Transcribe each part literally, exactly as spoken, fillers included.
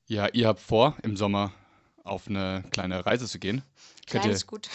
Ja, ihr habt vor, im Sommer auf eine kleine Reise zu gehen. Könnt Klein ihr, ist gut.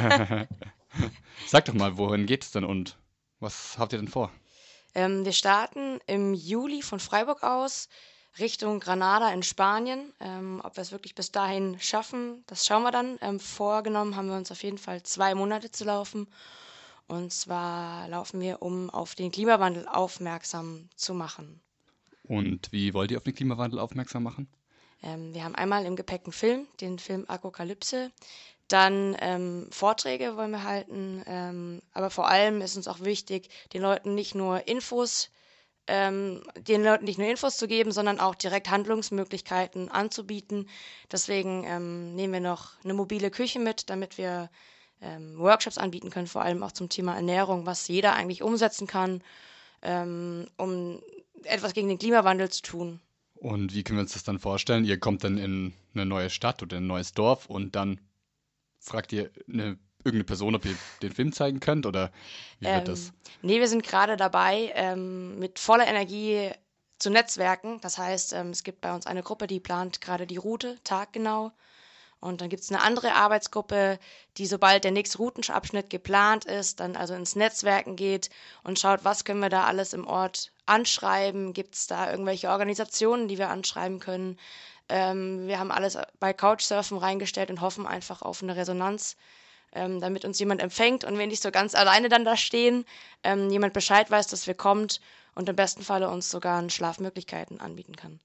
Sag doch mal, wohin geht es denn und was habt ihr denn vor? Ähm, wir starten im Juli von Freiburg aus Richtung Granada in Spanien. Ähm, ob wir es wirklich bis dahin schaffen, das schauen wir dann. Ähm, vorgenommen haben wir uns auf jeden Fall zwei Monate zu laufen. Und zwar laufen wir, um auf den Klimawandel aufmerksam zu machen. Und wie wollt ihr auf den Klimawandel aufmerksam machen? Ähm, wir haben einmal im Gepäck einen Film, den Film Apokalypse. Dann ähm, Vorträge wollen wir halten, ähm, aber vor allem ist uns auch wichtig, den Leuten nicht nur Infos, ähm, den Leuten nicht nur Infos zu geben, sondern auch direkt Handlungsmöglichkeiten anzubieten. Deswegen ähm, nehmen wir noch eine mobile Küche mit, damit wir ähm, Workshops anbieten können, vor allem auch zum Thema Ernährung, was jeder eigentlich umsetzen kann, ähm, um etwas gegen den Klimawandel zu tun. Und wie können wir uns das dann vorstellen? Ihr kommt dann in eine neue Stadt oder ein neues Dorf und dann fragt ihr eine, irgendeine Person, ob ihr den Film zeigen könnt oder wie wird das? Ähm, nee, wir sind gerade dabei, ähm, mit voller Energie zu netzwerken. Das heißt, ähm, es gibt bei uns eine Gruppe, die plant gerade die Route taggenau. Und dann gibt es eine andere Arbeitsgruppe, die, sobald der nächste Routenabschnitt geplant ist, dann also ins Netzwerken geht und schaut, was können wir da alles im Ort anschreiben? Gibt es da irgendwelche Organisationen, die wir anschreiben können? Ähm, wir haben alles bei Couchsurfen reingestellt und hoffen einfach auf eine Resonanz, ähm, damit uns jemand empfängt und wir nicht so ganz alleine dann da stehen, ähm, jemand Bescheid weiß, dass wir kommt und im besten Falle uns sogar Schlafmöglichkeiten anbieten kann.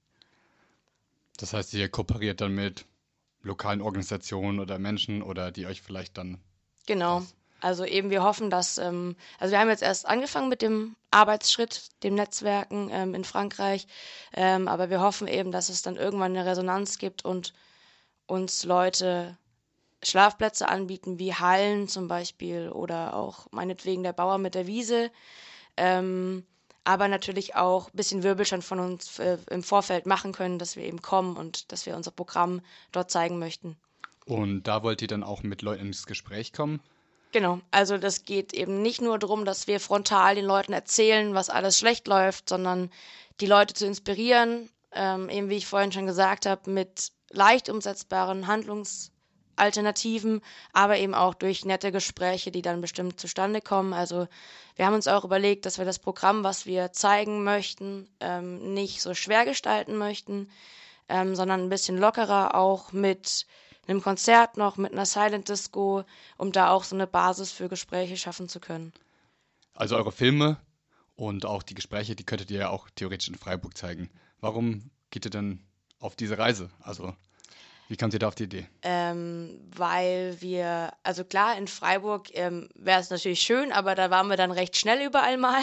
Das heißt, ihr kooperiert dann mit lokalen Organisationen oder Menschen oder die euch vielleicht dann Genau. was. Also eben, wir hoffen, dass, ähm, also wir haben jetzt erst angefangen mit dem Arbeitsschritt, dem Netzwerken ähm, in Frankreich, ähm, aber wir hoffen eben, dass es dann irgendwann eine Resonanz gibt und uns Leute Schlafplätze anbieten, wie Hallen zum Beispiel oder auch meinetwegen der Bauer mit der Wiese, ähm, aber natürlich auch ein bisschen Wirbelstand von uns äh, im Vorfeld machen können, dass wir eben kommen und dass wir unser Programm dort zeigen möchten. Und da wollt ihr dann auch mit Leuten ins Gespräch kommen? Genau, also das geht eben nicht nur darum, dass wir frontal den Leuten erzählen, was alles schlecht läuft, sondern die Leute zu inspirieren, ähm, eben wie ich vorhin schon gesagt habe, mit leicht umsetzbaren Handlungsalternativen, aber eben auch durch nette Gespräche, die dann bestimmt zustande kommen. Also wir haben uns auch überlegt, dass wir das Programm, was wir zeigen möchten, ähm, nicht so schwer gestalten möchten, ähm, sondern ein bisschen lockerer auch mit einem Konzert noch, mit einer Silent Disco, um da auch so eine Basis für Gespräche schaffen zu können. Also eure Filme und auch die Gespräche, die könntet ihr ja auch theoretisch in Freiburg zeigen. Warum geht ihr denn auf diese Reise? Also, wie kamt ihr da auf die Idee? Ähm, weil wir, also klar, in Freiburg ähm, wäre es natürlich schön, aber da waren wir dann recht schnell überall mal.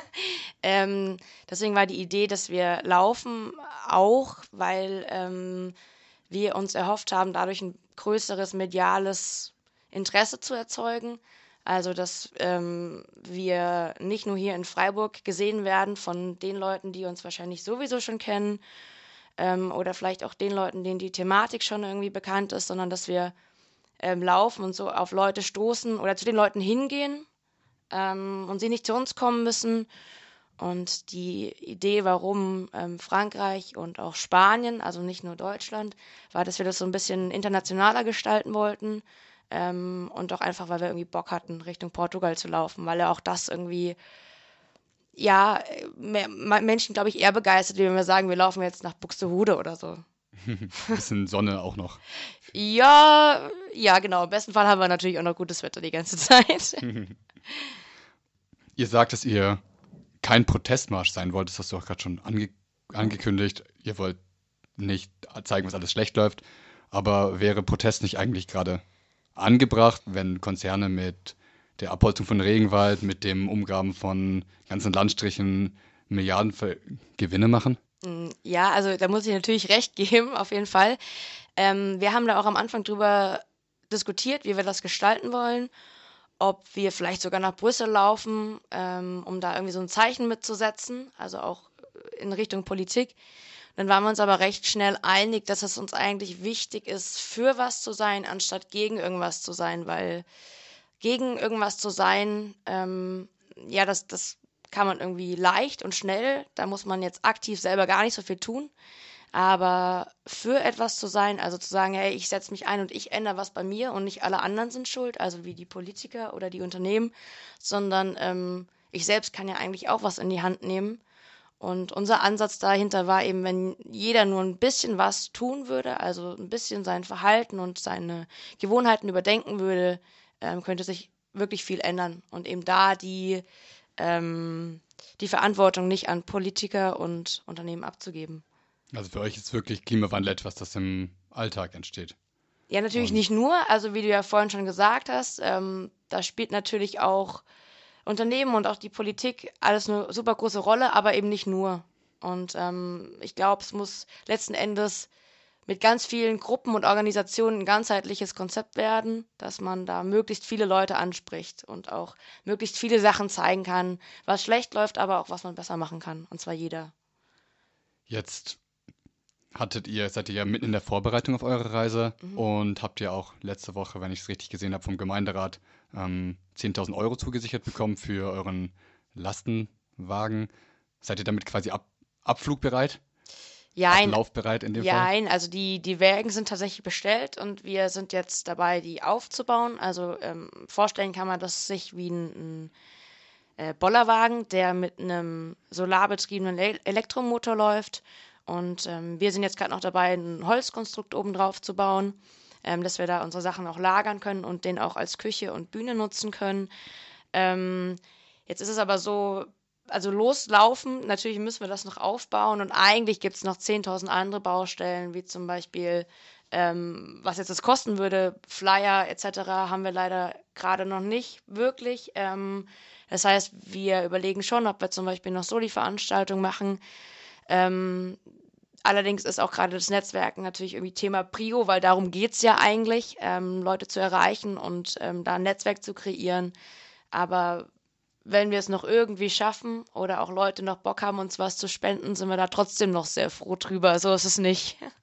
ähm, deswegen war die Idee, dass wir laufen, auch weil ähm, wir uns erhofft haben, dadurch ein größeres mediales Interesse zu erzeugen. Also, dass ähm, wir nicht nur hier in Freiburg gesehen werden von den Leuten, die uns wahrscheinlich sowieso schon kennen, ähm, oder vielleicht auch den Leuten, denen die Thematik schon irgendwie bekannt ist, sondern dass wir ähm, laufen und so auf Leute stoßen oder zu den Leuten hingehen ähm, und sie nicht zu uns kommen müssen. Und die Idee, warum ähm, Frankreich und auch Spanien, also nicht nur Deutschland, war, dass wir das so ein bisschen internationaler gestalten wollten. Ähm, und auch einfach, weil wir irgendwie Bock hatten, Richtung Portugal zu laufen, weil ja auch das irgendwie, ja, mehr, Menschen, glaube ich, eher begeistert, wie wenn wir sagen, wir laufen jetzt nach Buxtehude oder so. Ein bisschen Sonne auch noch. Ja, ja, genau. Im besten Fall haben wir natürlich auch noch gutes Wetter die ganze Zeit. Ihr sagt, dass ihr kein Protestmarsch sein wollt. Das hast du auch gerade schon ange angekündigt. Ihr wollt nicht zeigen, was alles schlecht läuft. Aber wäre Protest nicht eigentlich gerade angebracht, wenn Konzerne mit der Abholzung von Regenwald, mit dem Umgraben von ganzen Landstrichen Milliarden Ver- Gewinne machen? Ja, also da muss ich natürlich recht geben, auf jeden Fall. Ähm, wir haben da auch am Anfang drüber diskutiert, wie wir das gestalten wollen, ob wir vielleicht sogar nach Brüssel laufen, ähm, um da irgendwie so ein Zeichen mitzusetzen, also auch in Richtung Politik. Dann waren wir uns aber recht schnell einig, dass es uns eigentlich wichtig ist, für was zu sein, anstatt gegen irgendwas zu sein, weil gegen irgendwas zu sein, ähm, ja, das, das kann man irgendwie leicht und schnell, da muss man jetzt aktiv selber gar nicht so viel tun. Aber für etwas zu sein, also zu sagen, hey, ich setze mich ein und ich ändere was bei mir und nicht alle anderen sind schuld, also wie die Politiker oder die Unternehmen, sondern ähm, ich selbst kann ja eigentlich auch was in die Hand nehmen. Und unser Ansatz dahinter war eben, wenn jeder nur ein bisschen was tun würde, also ein bisschen sein Verhalten und seine Gewohnheiten überdenken würde, ähm, könnte sich wirklich viel ändern. Und eben da die, ähm, die Verantwortung nicht an Politiker und Unternehmen abzugeben. Also für euch ist wirklich Klimawandel etwas, das im Alltag entsteht. Ja, natürlich Und nicht nur, also wie du ja vorhin schon gesagt hast, ähm, da spielt natürlich auch Unternehmen und auch die Politik alles eine super große Rolle, aber eben nicht nur. Und ähm, ich glaube, es muss letzten Endes mit ganz vielen Gruppen und Organisationen ein ganzheitliches Konzept werden, dass man da möglichst viele Leute anspricht und auch möglichst viele Sachen zeigen kann, was schlecht läuft, aber auch was man besser machen kann. Und zwar jeder. jetzt hattet ihr, seid ihr ja mitten in der Vorbereitung auf eure Reise Mhm. und habt ihr auch letzte Woche, wenn ich es richtig gesehen habe, vom Gemeinderat ähm, zehntausend Euro zugesichert bekommen für euren Lastenwagen. Seid ihr damit quasi ab, abflugbereit? Jein, Ablaufbereit in dem Fall? jein, also die, die Wägen sind tatsächlich bestellt und wir sind jetzt dabei, die aufzubauen. Also ähm, vorstellen kann man das sich wie ein, ein äh, Bollerwagen, der mit einem solarbetriebenen E- Elektromotor läuft. Und ähm, wir sind jetzt gerade noch dabei, ein Holzkonstrukt oben drauf zu bauen, ähm, dass wir da unsere Sachen auch lagern können und den auch als Küche und Bühne nutzen können. Ähm, Jetzt ist es aber so, also loslaufen, natürlich müssen wir das noch aufbauen und eigentlich gibt es noch zehntausend andere Baustellen, wie zum Beispiel, ähm, was jetzt das kosten würde, Flyer et cetera haben wir leider gerade noch nicht wirklich. Ähm, das heißt, wir überlegen schon, ob wir zum Beispiel noch Soli-Veranstaltungen machen. Ähm, Allerdings ist auch gerade das Netzwerken natürlich irgendwie Thema Prio, weil darum geht es ja eigentlich, ähm, Leute zu erreichen und ähm, da ein Netzwerk zu kreieren. Aber wenn wir es noch irgendwie schaffen oder auch Leute noch Bock haben, uns was zu spenden, sind wir da trotzdem noch sehr froh drüber. So ist es nicht.